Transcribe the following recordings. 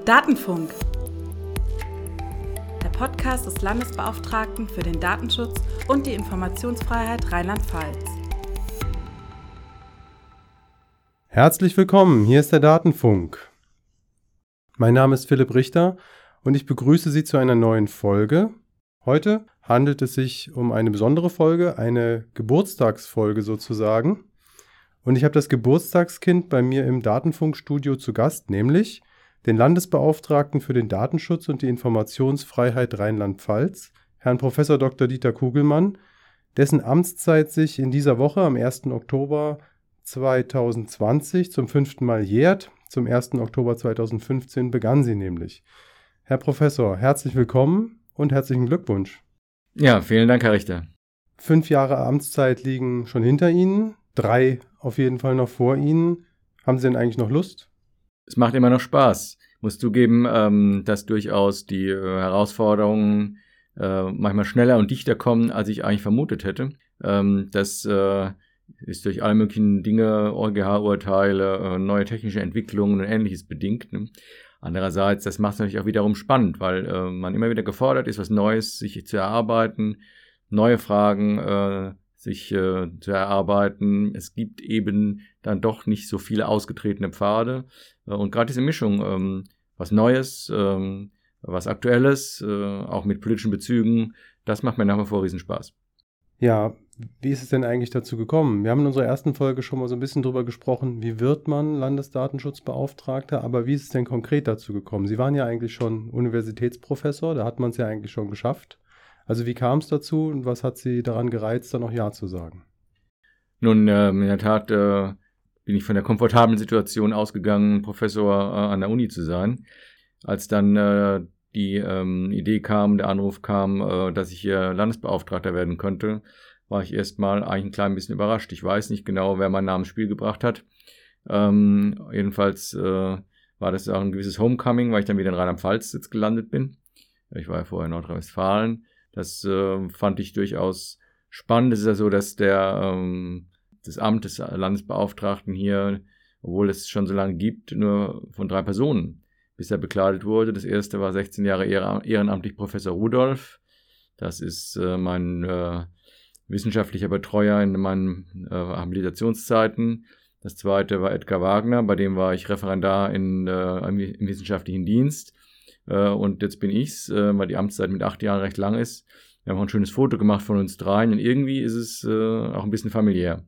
Datenfunk. Der Podcast des Landesbeauftragten für den Datenschutz und die Informationsfreiheit Rheinland-Pfalz. Herzlich willkommen, hier ist der Datenfunk. Mein Name ist Philipp Richter und ich begrüße Sie zu einer neuen Folge. Heute handelt es sich um eine besondere Folge, eine Geburtstagsfolge sozusagen. Und ich habe das Geburtstagskind bei mir im Datenfunkstudio zu Gast, nämlich den Landesbeauftragten für den Datenschutz und die Informationsfreiheit Rheinland-Pfalz, Herrn Prof. Dr. Dieter Kugelmann, dessen Amtszeit sich in dieser Woche am 1. Oktober 2020 zum 5. Mal jährt. Zum 1. Oktober 2015 begann sie nämlich. Herr Professor, herzlich willkommen und herzlichen Glückwunsch. Ja, vielen Dank, Herr Richter. 5 Jahre Amtszeit liegen schon hinter Ihnen, 3 auf jeden Fall noch vor Ihnen. Haben Sie denn eigentlich noch Lust? Es macht immer noch Spaß. Ich muss zugeben, dass durchaus die Herausforderungen manchmal schneller und dichter kommen, als ich eigentlich vermutet hätte. Das ist durch alle möglichen Dinge, EuGH-Urteile, neue technische Entwicklungen und Ähnliches bedingt. Ne? Andererseits, das macht es natürlich auch wiederum spannend, weil man immer wieder gefordert ist, was Neues sich zu erarbeiten, neue Fragen sich zu erarbeiten. Es gibt eben dann doch nicht so viele ausgetretene Pfade. Und gerade diese Mischung, was Neues, was Aktuelles, auch mit politischen Bezügen, das macht mir nach wie vor Riesenspaß. Ja, wie ist es denn eigentlich dazu gekommen? Wir haben in unserer ersten Folge schon mal so ein bisschen drüber gesprochen, wie wird man Landesdatenschutzbeauftragter, aber wie ist es denn konkret dazu gekommen? Sie waren ja eigentlich schon Universitätsprofessor, da hat man es ja eigentlich schon geschafft. Also wie kam es dazu und was hat Sie daran gereizt, dann noch Ja zu sagen? Nun, in der Tat bin ich von der komfortablen Situation ausgegangen, Professor an der Uni zu sein. Als dann die Idee kam, der Anruf kam, dass ich hier Landesbeauftragter werden könnte, war ich erstmal eigentlich ein klein bisschen überrascht. Ich weiß nicht genau, wer meinen Namen ins Spiel gebracht hat. Jedenfalls war das auch ein gewisses Homecoming, weil ich dann wieder in Rheinland-Pfalz jetzt gelandet bin. Ich war ja vorher in Nordrhein-Westfalen. Das fand ich durchaus spannend. Es ist ja so, dass das Amt des Landesbeauftragten hier, obwohl es schon so lange gibt, nur von 3 Personen bisher bekleidet wurde. Das erste war 16 Jahre ehrenamtlich Professor Rudolph. Das ist mein wissenschaftlicher Betreuer in meinen Habilitationszeiten. Das zweite war Edgar Wagner, bei dem war ich Referendar im wissenschaftlichen Dienst. Und jetzt bin ich's, weil die Amtszeit mit 8 Jahren recht lang ist. Wir haben auch ein schönes Foto gemacht von uns dreien und irgendwie ist es auch ein bisschen familiär.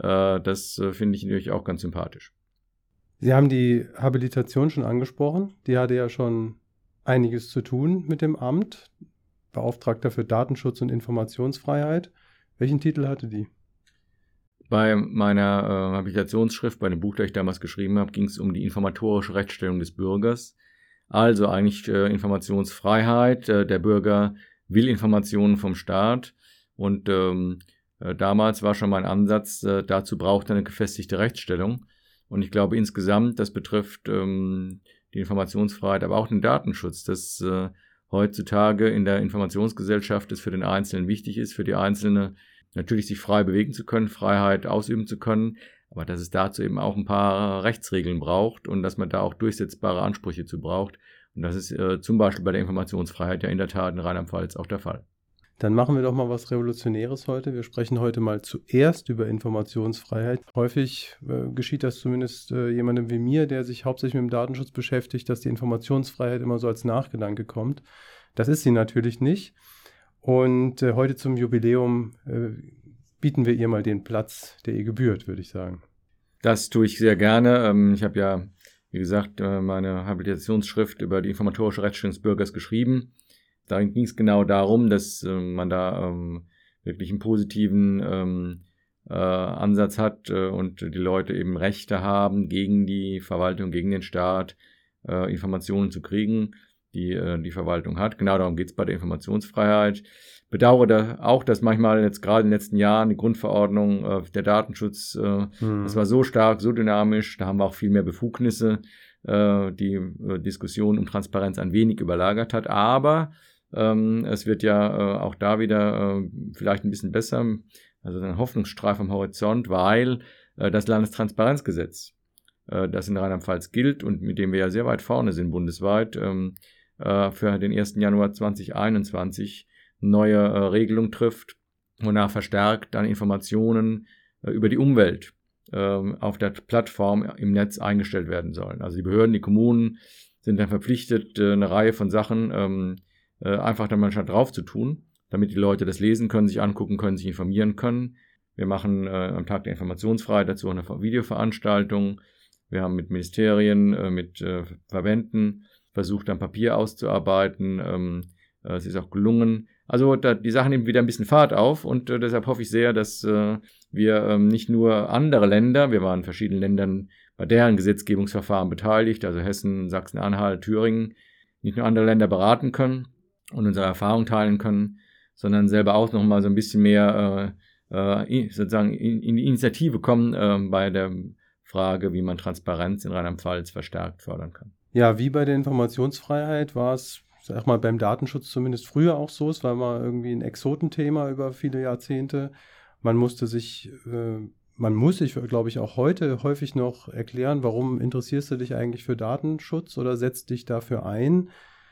Das finde ich natürlich auch ganz sympathisch. Sie haben die Habilitation schon angesprochen. Die hatte ja schon einiges zu tun mit dem Amt. Beauftragter für Datenschutz und Informationsfreiheit. Welchen Titel hatte die? Bei meiner Habilitationsschrift, bei dem Buch, das ich damals geschrieben habe, ging es um die informatorische Rechtsstellung des Bürgers. Also eigentlich Informationsfreiheit. Der Bürger will Informationen vom Staat und damals war schon mein Ansatz, dazu braucht er eine gefestigte Rechtsstellung. Und ich glaube insgesamt, das betrifft die Informationsfreiheit, aber auch den Datenschutz, dass heutzutage in der Informationsgesellschaft es für den Einzelnen wichtig ist, für die Einzelne natürlich sich frei bewegen zu können, Freiheit ausüben zu können, aber dass es dazu eben auch ein paar Rechtsregeln braucht und dass man da auch durchsetzbare Ansprüche zu braucht. Und das ist zum Beispiel bei der Informationsfreiheit ja in der Tat in Rheinland-Pfalz auch der Fall. Dann machen wir doch mal was Revolutionäres heute. Wir sprechen heute mal zuerst über Informationsfreiheit. Häufig geschieht das zumindest jemandem wie mir, der sich hauptsächlich mit dem Datenschutz beschäftigt, dass die Informationsfreiheit immer so als Nachgedanke kommt. Das ist sie natürlich nicht. Und heute zum Jubiläum bieten wir ihr mal den Platz, der ihr gebührt, würde ich sagen. Das tue ich sehr gerne. Ich habe ja, wie gesagt, meine Habilitationsschrift über die informatorische Rechtsstellung des Bürgers geschrieben. Darin ging es genau darum, dass man da wirklich einen positiven Ansatz hat und die Leute eben Rechte haben, gegen die Verwaltung, gegen den Staat Informationen zu kriegen, die Verwaltung hat. Genau darum geht es bei der Informationsfreiheit. Bedauere da auch, dass manchmal jetzt gerade in den letzten Jahren die Grundverordnung, der Datenschutz, das war so stark, so dynamisch, da haben wir auch viel mehr Befugnisse, die Diskussion um Transparenz ein wenig überlagert hat, aber es wird ja auch da wieder vielleicht ein bisschen besser, also ein Hoffnungsstreif am Horizont, weil das Landestransparenzgesetz das in Rheinland-Pfalz gilt und mit dem wir ja sehr weit vorne sind bundesweit, für den 1. Januar 2021 neue Regelung trifft, wonach verstärkt dann Informationen über die Umwelt auf der Plattform im Netz eingestellt werden sollen. Also die Behörden, die Kommunen sind dann verpflichtet, eine Reihe von Sachen einfach dann manchmal drauf zu tun, damit die Leute das lesen können, sich angucken können, sich informieren können. Wir machen am Tag der Informationsfreiheit dazu eine Videoveranstaltung. Wir haben mit Ministerien, mit Verbänden versucht, ein Papier auszuarbeiten. Es ist auch gelungen. Also die Sachen nehmen wieder ein bisschen Fahrt auf und deshalb hoffe ich sehr, dass wir nicht nur andere Länder, wir waren in verschiedenen Ländern bei deren Gesetzgebungsverfahren beteiligt, also Hessen, Sachsen-Anhalt, Thüringen, nicht nur andere Länder beraten können und unsere Erfahrung teilen können, sondern selber auch noch mal so ein bisschen mehr sozusagen in die Initiative kommen bei der Frage, wie man Transparenz in Rheinland-Pfalz verstärkt fördern kann. Ja, wie bei der Informationsfreiheit war es, sag mal, beim Datenschutz zumindest früher auch so. Es war mal irgendwie ein Exotenthema über viele Jahrzehnte. Man muss sich, glaube ich, auch heute häufig noch erklären, warum interessierst du dich eigentlich für Datenschutz oder setzt dich dafür ein?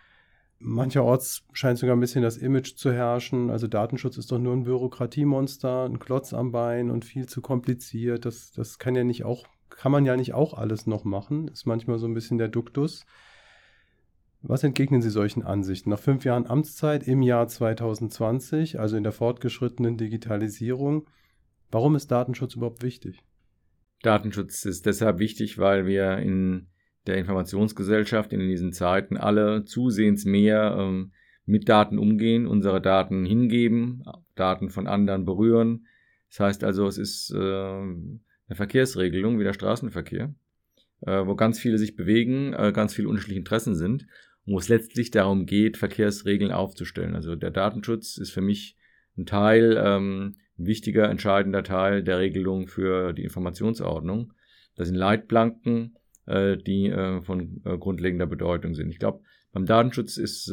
Mancherorts scheint sogar ein bisschen das Image zu herrschen. Also Datenschutz ist doch nur ein Bürokratiemonster, ein Klotz am Bein und viel zu kompliziert. Das kann man ja nicht auch alles noch machen. Ist manchmal so ein bisschen der Duktus. Was entgegnen Sie solchen Ansichten? Nach 5 Jahren Amtszeit im Jahr 2020, also in der fortgeschrittenen Digitalisierung, warum ist Datenschutz überhaupt wichtig? Datenschutz ist deshalb wichtig, weil wir in der Informationsgesellschaft in diesen Zeiten alle zusehends mehr mit Daten umgehen, unsere Daten hingeben, Daten von anderen berühren. Das heißt also, es ist eine Verkehrsregelung wie der Straßenverkehr, wo ganz viele sich bewegen, ganz viele unterschiedliche Interessen sind und wo es letztlich darum geht, Verkehrsregeln aufzustellen. Also der Datenschutz ist für mich ein Teil, ein wichtiger, entscheidender Teil der Regelung für die Informationsordnung. Das sind Leitplanken, die von grundlegender Bedeutung sind. Ich glaube, beim Datenschutz ist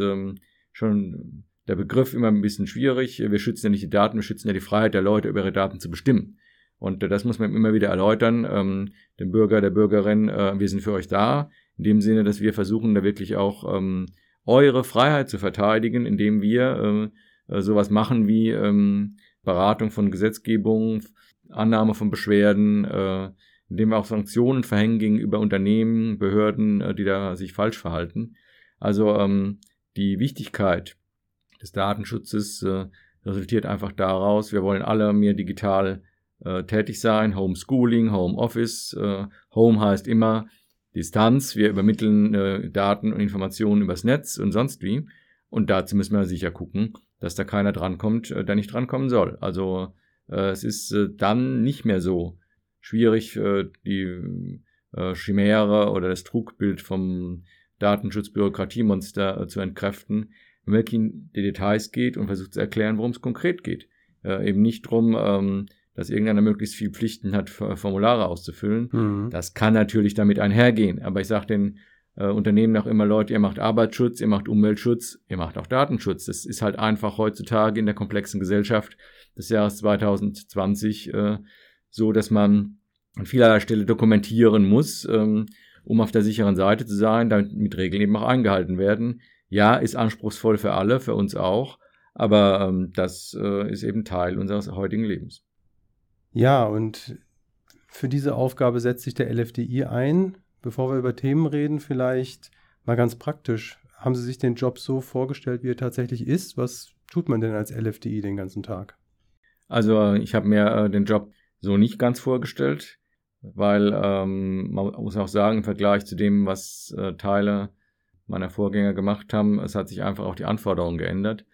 schon der Begriff immer ein bisschen schwierig. Wir schützen ja nicht die Daten, wir schützen ja die Freiheit der Leute, über ihre Daten zu bestimmen. Und das muss man immer wieder erläutern, dem Bürger, der Bürgerin, wir sind für euch da, in dem Sinne, dass wir versuchen, da wirklich auch eure Freiheit zu verteidigen, indem wir sowas machen wie Beratung von Gesetzgebung, Annahme von Beschwerden, indem wir auch Sanktionen verhängen gegenüber Unternehmen, Behörden, die da sich falsch verhalten. Also die Wichtigkeit des Datenschutzes resultiert einfach daraus, wir wollen alle mehr digital tätig sein, Homeschooling, Homeoffice. Home heißt immer Distanz, wir übermitteln Daten und Informationen übers Netz und sonst wie. Und dazu müssen wir sicher gucken, dass da keiner drankommt, der nicht drankommen soll. Also es ist dann nicht mehr so schwierig, die Chimäre oder das Trugbild vom Datenschutz-Bürokratiemonster zu entkräften, wenn man wirklich in die Details geht und versucht zu erklären, worum es konkret geht. Eben nicht darum, dass irgendeiner möglichst viel Pflichten hat, Formulare auszufüllen. Mhm. Das kann natürlich damit einhergehen. Aber ich sage den Unternehmen auch immer, Leute, ihr macht Arbeitsschutz, ihr macht Umweltschutz, ihr macht auch Datenschutz. Das ist halt einfach heutzutage in der komplexen Gesellschaft des Jahres 2020 so, dass man an vielerlei Stelle dokumentieren muss, um auf der sicheren Seite zu sein, damit Regeln eben auch eingehalten werden. Ja, ist anspruchsvoll für alle, für uns auch, aber das ist eben Teil unseres heutigen Lebens. Ja, und für diese Aufgabe setzt sich der LFDI ein. Bevor wir über Themen reden, vielleicht mal ganz praktisch. Haben Sie sich den Job so vorgestellt, wie er tatsächlich ist? Was tut man denn als LFDI den ganzen Tag? Also ich habe mir den Job so nicht ganz vorgestellt, weil man muss auch sagen, im Vergleich zu dem, was Teile meiner Vorgänger gemacht haben, es hat sich einfach auch die Anforderungen geändert.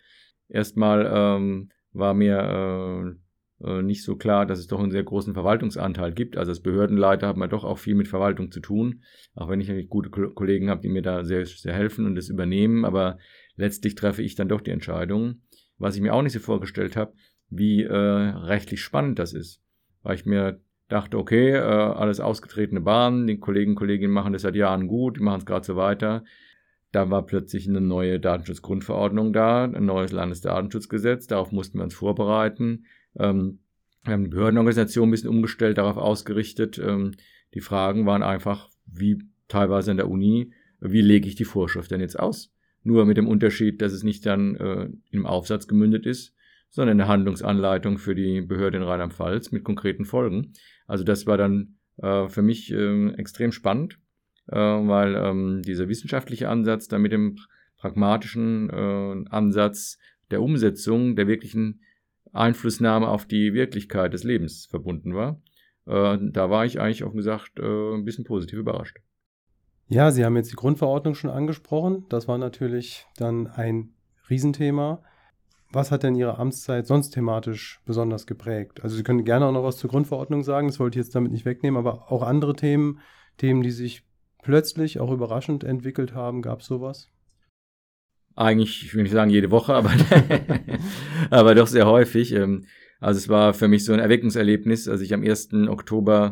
Erstmal war mir nicht so klar, dass es doch einen sehr großen Verwaltungsanteil gibt. Also als Behördenleiter hat man doch auch viel mit Verwaltung zu tun, auch wenn ich natürlich gute Kollegen habe, die mir da sehr, sehr helfen und das übernehmen, aber letztlich treffe ich dann doch die Entscheidungen. Was ich mir auch nicht so vorgestellt habe, wie rechtlich spannend das ist, weil ich mir dachte, okay, alles ausgetretene Bahnen, die Kolleginnen machen das seit Jahren gut, die machen es gerade so weiter. Da war plötzlich eine neue Datenschutzgrundverordnung da, ein neues Landesdatenschutzgesetz, darauf mussten wir uns vorbereiten. Wir haben die Behördenorganisation ein bisschen umgestellt, darauf ausgerichtet, die Fragen waren einfach, wie teilweise an der Uni, wie lege ich die Vorschrift denn jetzt aus? Nur mit dem Unterschied, dass es nicht dann im Aufsatz gemündet ist, sondern eine Handlungsanleitung für die Behörde in Rheinland-Pfalz mit konkreten Folgen. Also das war dann für mich extrem spannend, weil dieser wissenschaftliche Ansatz dann mit dem pragmatischen Ansatz der Umsetzung, der wirklichen Einflussnahme auf die Wirklichkeit des Lebens verbunden war. Da war ich eigentlich, offen gesagt, ein bisschen positiv überrascht. Ja, Sie haben jetzt die Grundverordnung schon angesprochen. Das war natürlich dann ein Riesenthema. Was hat denn Ihre Amtszeit sonst thematisch besonders geprägt? Also Sie können gerne auch noch was zur Grundverordnung sagen, das wollte ich jetzt damit nicht wegnehmen, aber auch andere Themen, die sich plötzlich auch überraschend entwickelt haben, gab es sowas? Eigentlich, ich will nicht sagen jede Woche, aber doch sehr häufig. Also es war für mich so ein Erweckungserlebnis, als ich am 1. Oktober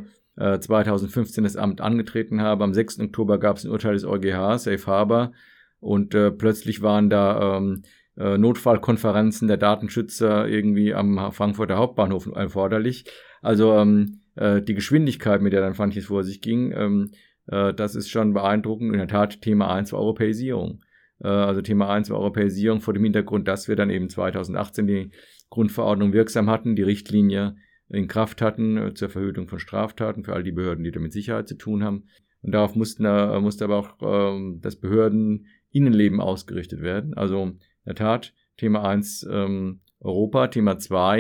2015 das Amt angetreten habe. Am 6. Oktober gab es ein Urteil des EuGH, Safe Harbor, und plötzlich waren da Notfallkonferenzen der Datenschützer irgendwie am Frankfurter Hauptbahnhof erforderlich. Also die Geschwindigkeit, mit der dann fand ich es vor sich ging, das ist schon beeindruckend. In der Tat Thema 1 war Europäisierung. Also Thema 1 war Europäisierung vor dem Hintergrund, dass wir dann eben 2018 die Grundverordnung wirksam hatten, die Richtlinie in Kraft hatten zur Verhütung von Straftaten für all die Behörden, die damit Sicherheit zu tun haben. Und darauf musste aber auch das Behördeninnenleben ausgerichtet werden. Also in der Tat Thema 1 Europa, Thema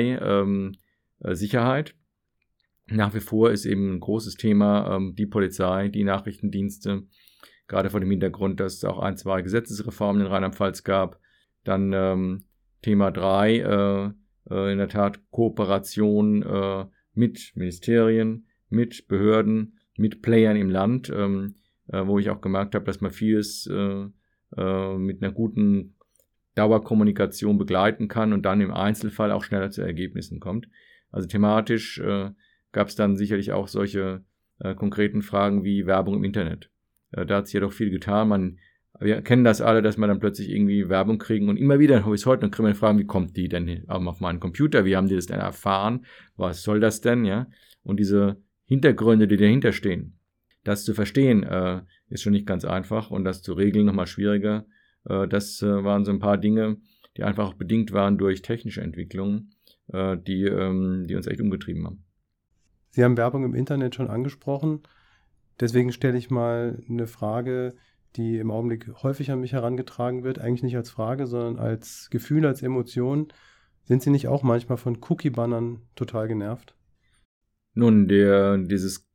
2 Sicherheit. Nach wie vor ist eben ein großes Thema die Polizei, die Nachrichtendienste, gerade vor dem Hintergrund, dass es auch 1, 2 Gesetzesreformen in Rheinland-Pfalz gab. Dann Thema 3, in der Tat Kooperation mit Ministerien, mit Behörden, mit Playern im Land, wo ich auch gemerkt habe, dass man vieles mit einer guten Dauerkommunikation begleiten kann und dann im Einzelfall auch schneller zu Ergebnissen kommt. Also thematisch gab es dann sicherlich auch solche konkreten Fragen wie Werbung im Internet. Da hat sich ja doch viel getan. Wir kennen das alle, dass man dann plötzlich irgendwie Werbung kriegen und immer wieder, bis heute noch, kriegen wir Fragen, wie kommt die denn auf meinen Computer? Wie haben die das denn erfahren? Was soll das denn? Ja? Und diese Hintergründe, die dahinter stehen, das zu verstehen, ist schon nicht ganz einfach und das zu regeln nochmal schwieriger. Das waren so ein paar Dinge, die einfach auch bedingt waren durch technische Entwicklungen, die uns echt umgetrieben haben. Sie haben Werbung im Internet schon angesprochen. Deswegen stelle ich mal eine Frage, die im Augenblick häufig an mich herangetragen wird, eigentlich nicht als Frage, sondern als Gefühl, als Emotion. Sind Sie nicht auch manchmal von Cookie-Bannern total genervt? Nun, dieses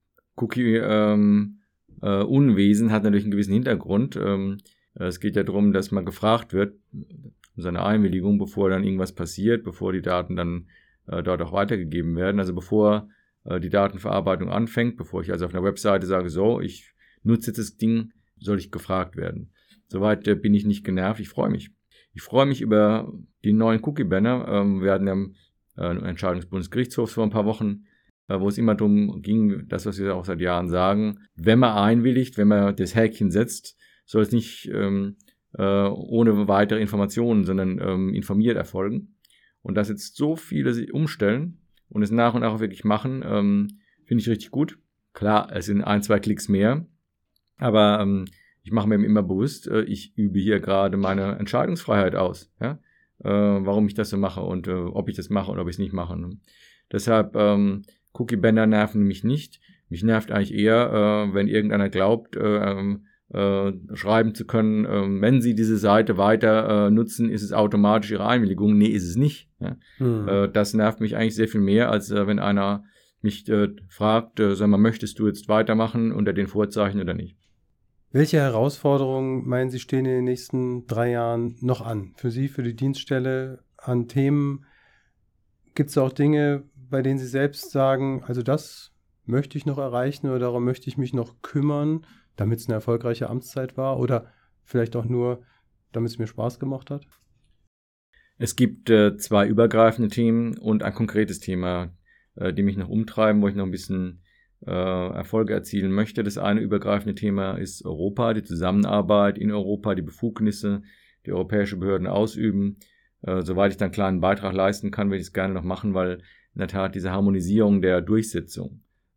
Cookie-Unwesen hat natürlich einen gewissen Hintergrund. Es geht ja darum, dass man gefragt wird, seine Einwilligung, bevor dann irgendwas passiert, bevor die Daten dann dort auch weitergegeben werden. Also bevor die Datenverarbeitung anfängt, bevor ich also auf einer Webseite sage, so, ich nutze jetzt das Ding, soll ich gefragt werden. Soweit bin ich nicht genervt, ich freue mich. Ich freue mich über die neuen Cookie-Banner. Wir hatten ja eine Entscheidung des Bundesgerichtshofs vor ein paar Wochen, wo es immer darum ging, das, was wir auch seit Jahren sagen, wenn man einwilligt, wenn man das Häkchen setzt, soll es nicht ohne weitere Informationen, sondern informiert erfolgen. Und dass jetzt so viele sich umstellen und es nach und nach auch wirklich machen, finde ich richtig gut. Klar, es sind 1, 2 Klicks mehr, aber ich mache mir immer bewusst, ich übe hier gerade meine Entscheidungsfreiheit aus, ja? Warum ich das so mache und ob ich das mache oder ob ich es nicht mache. Ne? Deshalb, Cookie-Banner nerven mich nicht. Mich nervt eigentlich eher, wenn irgendeiner glaubt, schreiben zu können, wenn Sie diese Seite weiter nutzen, ist es automatisch Ihre Einwilligung. Nee, ist es nicht. Ja? Das nervt mich eigentlich sehr viel mehr, als wenn einer mich fragt, sag mal, möchtest du jetzt weitermachen unter den Vorzeichen oder nicht? Welche Herausforderungen, meinen Sie, stehen in den nächsten 3 Jahren noch an? Für Sie, für die Dienststelle, an Themen? Gibt es auch Dinge, bei denen Sie selbst sagen, also das möchte ich noch erreichen oder darum möchte ich mich noch kümmern, damit es eine erfolgreiche Amtszeit war oder vielleicht auch nur, damit es mir Spaß gemacht hat? Es gibt 2 übergreifende Themen und ein konkretes Thema, die mich noch umtreiben, wo ich noch ein bisschen Erfolge erzielen möchte. Das eine übergreifende Thema ist Europa, die Zusammenarbeit in Europa, die Befugnisse, die europäische Behörden ausüben. Soweit ich dann einen kleinen Beitrag leisten kann, will ich es gerne noch machen, weil in der Tat diese Harmonisierung der Durchsetzung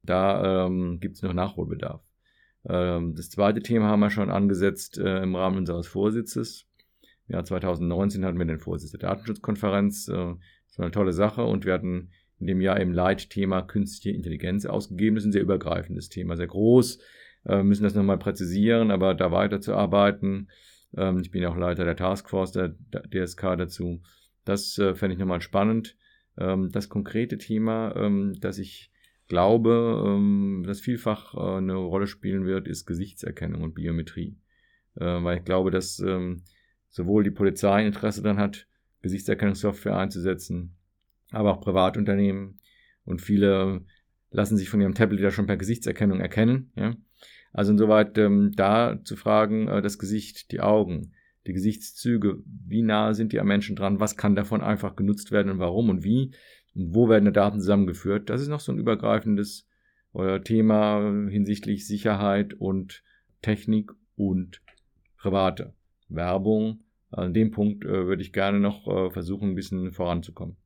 Da gibt es noch Nachholbedarf. Das zweite Thema haben wir schon angesetzt im Rahmen unseres Vorsitzes. Im Jahr 2019 hatten wir den Vorsitz der Datenschutzkonferenz. Das war eine tolle Sache und wir hatten in dem Jahr im Leitthema Künstliche Intelligenz ausgegeben. Das ist ein sehr übergreifendes Thema, sehr groß. Wir müssen das nochmal präzisieren, aber da weiterzuarbeiten. Ich bin auch Leiter der Taskforce der DSK dazu. Das fände ich nochmal spannend. Das konkrete Thema, das ich glaube, das vielfach eine Rolle spielen wird, ist Gesichtserkennung und Biometrie. Weil ich glaube, dass sowohl die Polizei Interesse daran hat, Gesichtserkennungssoftware einzusetzen, aber auch Privatunternehmen. Und viele lassen sich von ihrem Tablet ja schon per Gesichtserkennung erkennen. Ja? Also insoweit da zu fragen, das Gesicht, die Augen, die Gesichtszüge, wie nahe sind die am Menschen dran, was kann davon einfach genutzt werden und warum und wie und wo werden die Daten zusammengeführt. Das ist noch so ein übergreifendes Thema hinsichtlich Sicherheit und Technik und private Werbung. An dem Punkt würde ich gerne noch versuchen, ein bisschen voranzukommen.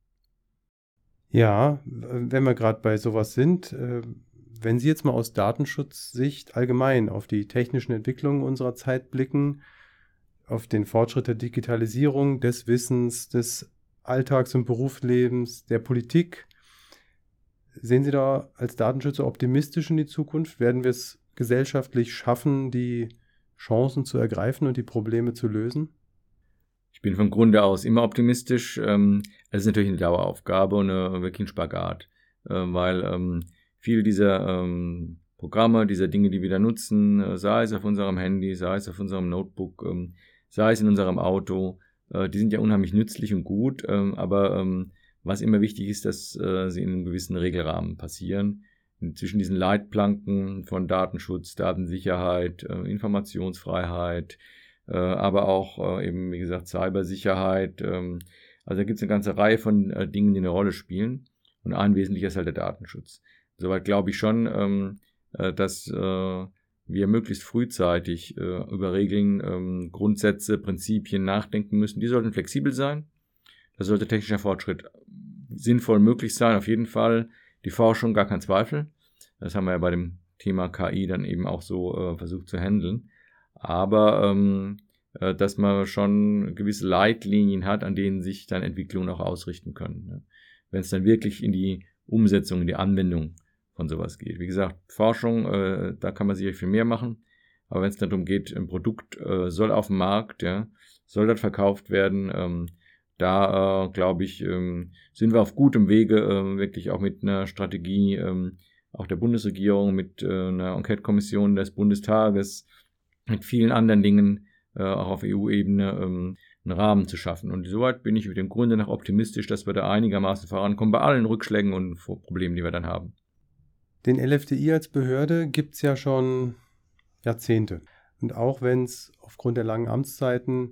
Ja, wenn wir gerade bei sowas sind, wenn Sie jetzt mal aus Datenschutzsicht allgemein auf die technischen Entwicklungen unserer Zeit blicken, auf den Fortschritt der Digitalisierung, des Wissens, des Alltags- und Berufslebens, der Politik, sehen Sie da als Datenschützer optimistisch in die Zukunft? Werden wir es gesellschaftlich schaffen, die Chancen zu ergreifen und die Probleme zu lösen? Ich bin von Grunde aus immer optimistisch. Es ist natürlich eine Daueraufgabe und wirklich ein Spagat, weil viele dieser Programme, dieser Dinge, die wir da nutzen, sei es auf unserem Handy, sei es auf unserem Notebook, sei es in unserem Auto, die sind ja unheimlich nützlich und gut, aber was immer wichtig ist, dass sie in einem gewissen Regelrahmen passieren. Zwischen diesen Leitplanken von Datenschutz, Datensicherheit, Informationsfreiheit, aber auch eben, wie gesagt, Cybersicherheit. Also da gibt es eine ganze Reihe von Dingen, die eine Rolle spielen. Und ein wesentlicher ist halt der Datenschutz. Soweit glaube ich schon, dass wir möglichst frühzeitig über Regeln, Grundsätze, Prinzipien nachdenken müssen. Die sollten flexibel sein. Da sollte technischer Fortschritt sinnvoll möglich sein, auf jeden Fall. Die Forschung, gar kein Zweifel. Das haben wir ja bei dem Thema KI dann eben auch so versucht zu handeln. Aber dass man schon gewisse Leitlinien hat, an denen sich dann Entwicklungen auch ausrichten können. Ne? Wenn es dann wirklich in die Umsetzung, in die Anwendung von sowas geht. Wie gesagt, Forschung, da kann man sicher viel mehr machen. Aber wenn es dann darum geht, ein Produkt soll auf dem Markt, ja, soll das verkauft werden, da glaube ich, sind wir auf gutem Wege, wirklich auch mit einer Strategie auch der Bundesregierung, mit einer Enquete-Kommission des Bundestages, mit vielen anderen Dingen, auch auf EU-Ebene, einen Rahmen zu schaffen. Und soweit bin ich mit dem Grunde nach optimistisch, dass wir da einigermaßen vorankommen, bei allen Rückschlägen und Problemen, die wir dann haben. Den LFDI als Behörde gibt es ja schon Jahrzehnte. Und auch wenn es aufgrund der langen Amtszeiten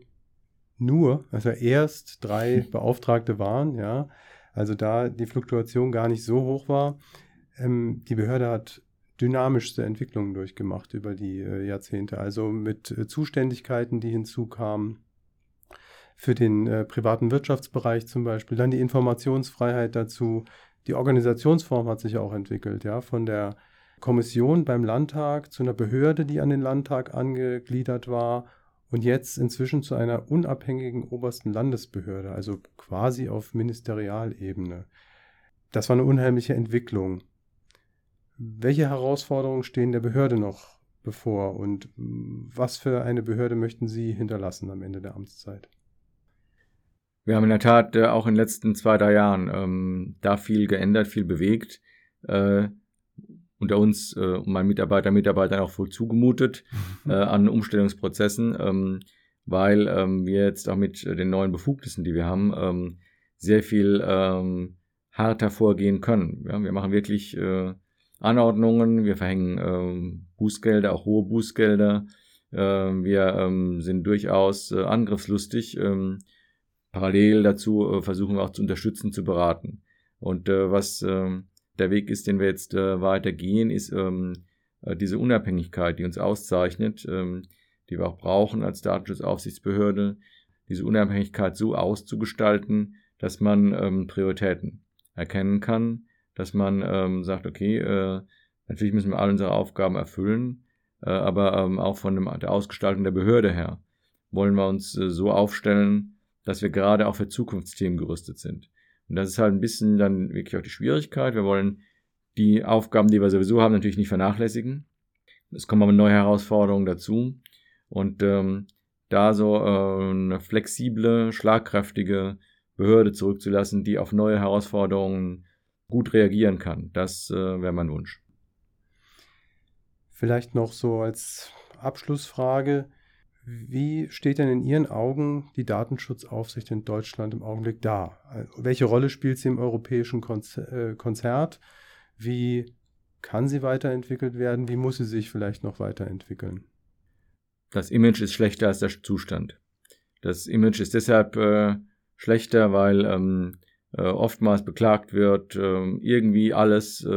erst 3 Beauftragte waren, ja, also da die Fluktuation gar nicht so hoch war, die Behörde hat dynamischste Entwicklungen durchgemacht über die Jahrzehnte, also mit Zuständigkeiten, die hinzukamen, für den privaten Wirtschaftsbereich zum Beispiel, dann die Informationsfreiheit dazu. Die Organisationsform hat sich auch entwickelt, ja, von der Kommission beim Landtag zu einer Behörde, die an den Landtag angegliedert war und jetzt inzwischen zu einer unabhängigen obersten Landesbehörde, also quasi auf Ministerialebene. Das war eine unheimliche Entwicklung. Welche Herausforderungen stehen der Behörde noch bevor und was für eine Behörde möchten Sie hinterlassen am Ende der Amtszeit? Wir haben in der Tat auch in den letzten 2-3 Jahren da viel geändert, viel bewegt. Unter uns und meinen Mitarbeitern auch voll zugemutet an Umstellungsprozessen, weil wir jetzt auch mit den neuen Befugnissen, die wir haben, sehr viel härter vorgehen können. Ja, wir machen wirklich Anordnungen, wir verhängen Bußgelder, auch hohe Bußgelder. Wir sind durchaus angriffslustig. Parallel dazu versuchen wir auch zu unterstützen, zu beraten. Und was der Weg ist, den wir jetzt weitergehen, ist diese Unabhängigkeit, die uns auszeichnet, die wir auch brauchen als Datenschutzaufsichtsbehörde, diese Unabhängigkeit so auszugestalten, dass man Prioritäten erkennen kann, dass man sagt, okay, Natürlich müssen wir all unsere Aufgaben erfüllen, aber auch von der Ausgestaltung der Behörde her wollen wir uns so aufstellen, dass wir gerade auch für Zukunftsthemen gerüstet sind. Und das ist halt ein bisschen dann wirklich auch die Schwierigkeit. Wir wollen die Aufgaben, die wir sowieso haben, natürlich nicht vernachlässigen. Es kommen aber neue Herausforderungen dazu. Und da so eine flexible, schlagkräftige Behörde zurückzulassen, die auf neue Herausforderungen gut reagieren kann, das wäre mein Wunsch. Vielleicht noch so als Abschlussfrage: Wie steht denn in Ihren Augen die Datenschutzaufsicht in Deutschland im Augenblick da? Welche Rolle spielt sie im europäischen Konzert? Wie kann sie weiterentwickelt werden? Wie muss sie sich vielleicht noch weiterentwickeln? Das Image ist schlechter als der Zustand. Das Image ist deshalb schlechter, weil oftmals beklagt wird, irgendwie alles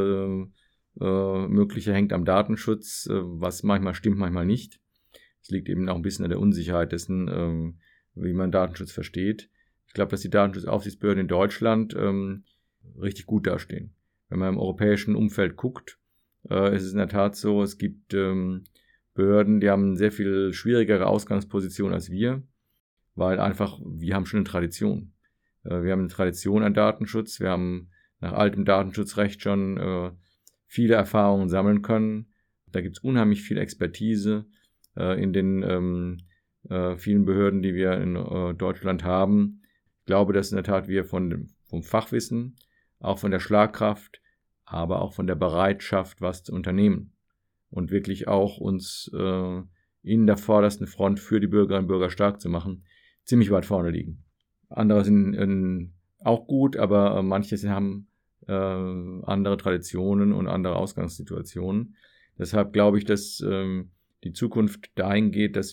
Mögliche hängt am Datenschutz, was manchmal stimmt, manchmal nicht. Es liegt eben auch ein bisschen an der Unsicherheit dessen, wie man Datenschutz versteht. Ich glaube, dass die Datenschutzaufsichtsbehörden in Deutschland richtig gut dastehen. Wenn man im europäischen Umfeld guckt, ist es in der Tat so, es gibt Behörden, die haben eine sehr viel schwierigere Ausgangsposition als wir, weil einfach, wir haben schon eine Tradition. Wir haben eine Tradition an Datenschutz, wir haben nach altem Datenschutzrecht schon viele Erfahrungen sammeln können. Da gibt es unheimlich viel Expertise in den vielen Behörden, die wir in Deutschland haben. Ich glaube, dass in der Tat wir vom Fachwissen, auch von der Schlagkraft, aber auch von der Bereitschaft, was zu unternehmen und wirklich auch uns in der vordersten Front für die Bürgerinnen und Bürger stark zu machen, ziemlich weit vorne liegen. Andere sind auch gut, aber manche haben andere Traditionen und andere Ausgangssituationen. Deshalb glaube ich, dass die Zukunft dahin geht, dass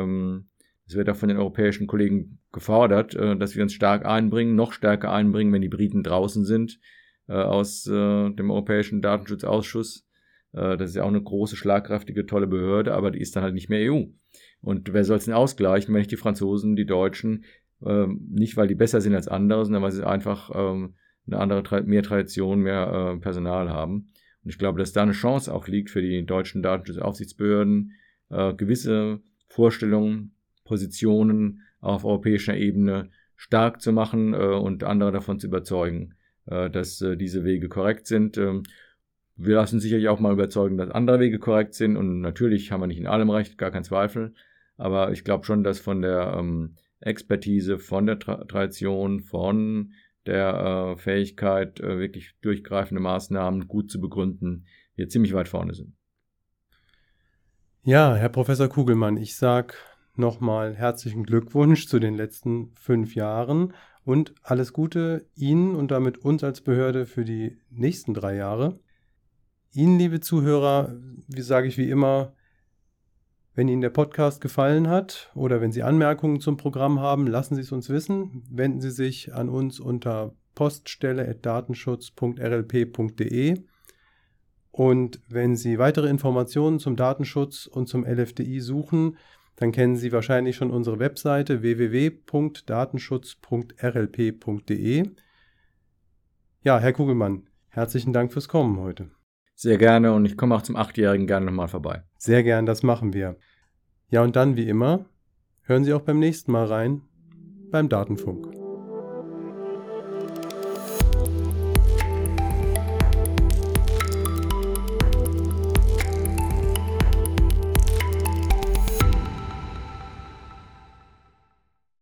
es wird auch von den europäischen Kollegen gefordert, dass wir uns stark einbringen, noch stärker einbringen, wenn die Briten draußen sind aus dem Europäischen Datenschutzausschuss. Das ist ja auch eine große, schlagkräftige, tolle Behörde, aber die ist dann halt nicht mehr EU. Und wer soll es denn ausgleichen, wenn nicht die Franzosen, die Deutschen, nicht weil die besser sind als andere, sondern weil sie einfach eine andere, mehr Tradition, mehr Personal haben. Und ich glaube, dass da eine Chance auch liegt für die deutschen Datenschutzaufsichtsbehörden, gewisse Vorstellungen, Positionen auf europäischer Ebene stark zu machen und andere davon zu überzeugen, dass diese Wege korrekt sind. Wir lassen sicherlich auch mal überzeugen, dass andere Wege korrekt sind, und natürlich haben wir nicht in allem recht, gar kein Zweifel, aber ich glaube schon, dass von der Expertise, von der Tradition, von der Fähigkeit, wirklich durchgreifende Maßnahmen gut zu begründen, wir ziemlich weit vorne sind. Ja, Herr Professor Kugelmann, ich sage nochmal herzlichen Glückwunsch zu den letzten 5 Jahren und alles Gute Ihnen und damit uns als Behörde für die nächsten 3 Jahre. Ihnen, liebe Zuhörer, sage ich wie immer, wenn Ihnen der Podcast gefallen hat oder wenn Sie Anmerkungen zum Programm haben, lassen Sie es uns wissen. Wenden Sie sich an uns unter poststelle@datenschutz.rlp.de. Und wenn Sie weitere Informationen zum Datenschutz und zum LFDI suchen, dann kennen Sie wahrscheinlich schon unsere Webseite www.datenschutz.rlp.de. Ja, Herr Kugelmann, herzlichen Dank fürs Kommen heute. Sehr gerne, und ich komme auch zum 8-Jährigen gerne nochmal vorbei. Sehr gern, das machen wir. Ja, und dann wie immer, hören Sie auch beim nächsten Mal rein beim Datenfunk.